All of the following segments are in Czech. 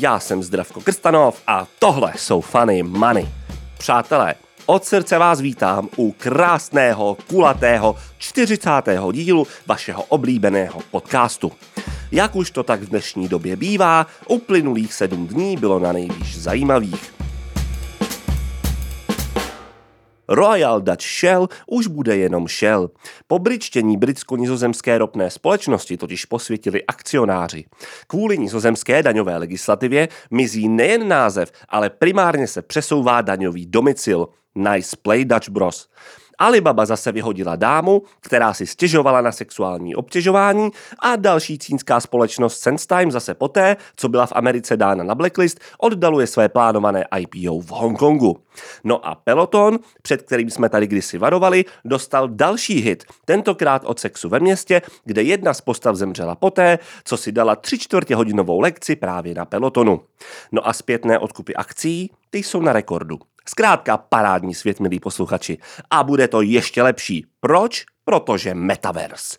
Já jsem Zdravko Krstanov a tohle jsou Funny Money. Přátelé, od srdce vás vítám u krásného, kulatého 40. dílu vašeho oblíbeného podcastu. Jak už to tak v dnešní době bývá, uplynulých 7 dní bylo na nejvíc zajímavých. Royal Dutch Shell už bude jenom Shell. Po bryčtění britsko-nizozemské ropné společnosti totiž posvětili akcionáři. Kvůli nizozemské daňové legislativě mizí nejen název, ale primárně se přesouvá daňový domicil. Nice play, Dutch Bros. Alibaba zase vyhodila dámu, která si stěžovala na sexuální obtěžování, a další čínská společnost SenseTime zase poté, co byla v Americe dána na blacklist, oddaluje své plánované IPO v Hongkongu. No a Peloton, před kterým jsme tady kdysi varovali, dostal další hit, tentokrát od sexu ve městě, kde jedna z postav zemřela poté, co si dala 3/4hodinovou lekci právě na Pelotonu. No a zpětné odkupy akcií, ty jsou na rekordu. Zkrátka parádní svět, milí posluchači. A bude to ještě lepší. Proč? Protože Metaverse.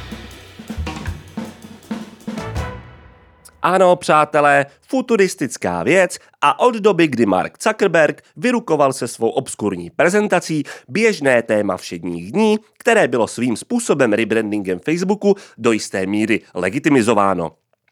Ano, přátelé, futuristická věc a od doby, kdy Mark Zuckerberg vyrukoval se svou obskurní prezentací, běžné téma všedních dní, které bylo svým způsobem rebrandingem Facebooku do jisté míry legitimizováno.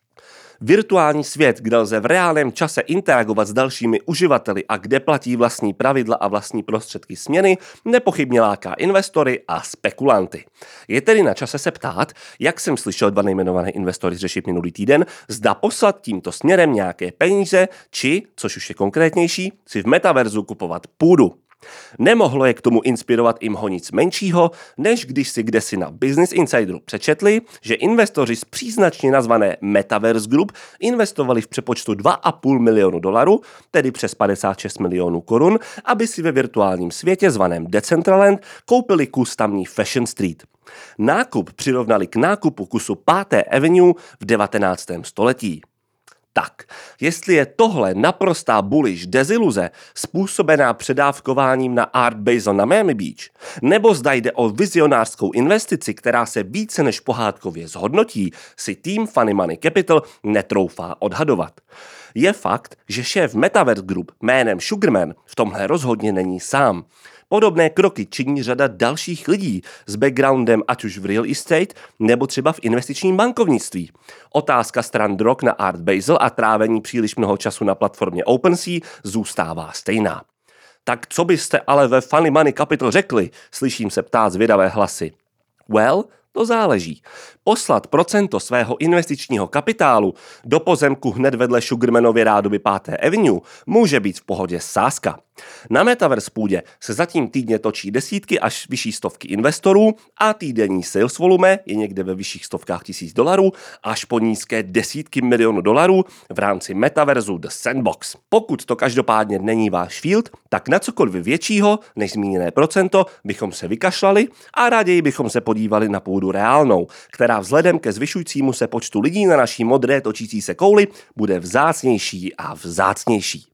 Virtuální svět, kde lze v reálném čase interagovat s dalšími uživateli a kde platí vlastní pravidla a vlastní prostředky směny, nepochybně láká investory a spekulanty. Je tedy na čase se ptát, jak jsem slyšel 2 nejmenované investory řešit minulý týden, zda poslat tímto směrem nějaké peníze, či, což už je konkrétnější, si v metaverzu kupovat půdu. Nemohlo je k tomu inspirovat i mnoho nic menšího, než když si kdesi na Business Insideru přečetli, že investoři z příznačně nazvané Metaverse Group investovali v přepočtu $2,5 milionu, tedy přes 56 milionů korun, aby si ve virtuálním světě zvaném Decentraland koupili kus tamní Fashion Street. Nákup přirovnali k nákupu kusu 5. Avenue v 19. století. Tak, jestli je tohle naprostá bullish deziluze způsobená předávkováním na Art Basel na Miami Beach, nebo zda jde o vizionářskou investici, která se více než pohádkově zhodnotí, si tým Funny Money Capital netroufá odhadovat. Je fakt, že šéf Metaverse Group jménem Sugarman v tomhle rozhodně není sám. Podobné kroky činí řada dalších lidí s backgroundem ať už v real estate nebo třeba v investičním bankovnictví. Otázka stran drog na Art Basel a trávení příliš mnoho času na platformě OpenSea zůstává stejná. Tak co byste ale ve Funny Money Capital řekli, slyším se ptát zvědavé hlasy. Well, to záleží. Poslat procento svého investičního kapitálu do pozemku hned vedle Sugarmanově rádoby 5. Avenue může být v pohodě sázka. Na Metaverse půdě se zatím týdně točí desítky až vyšší stovky investorů a týdenní sales volume je někde ve vyšších stovkách $1,000 až po nízké desítky milionů dolarů v rámci Metaverzu The Sandbox. Pokud to každopádně není váš field, tak na cokoliv většího než zmíněné procento bychom se vykašlali a raději bychom se podívali na půdu reálnou, která vzhledem ke zvyšujícímu se počtu lidí na naší modré točící se kouli bude vzácnější a vzácnější.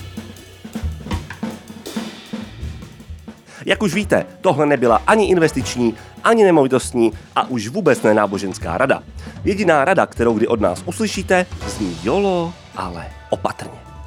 Jak už víte, tohle nebyla ani investiční, ani nemovitostní a už vůbec ne náboženská rada. Jediná rada, kterou kdy od nás uslyšíte, zní jolo, ale opatrně.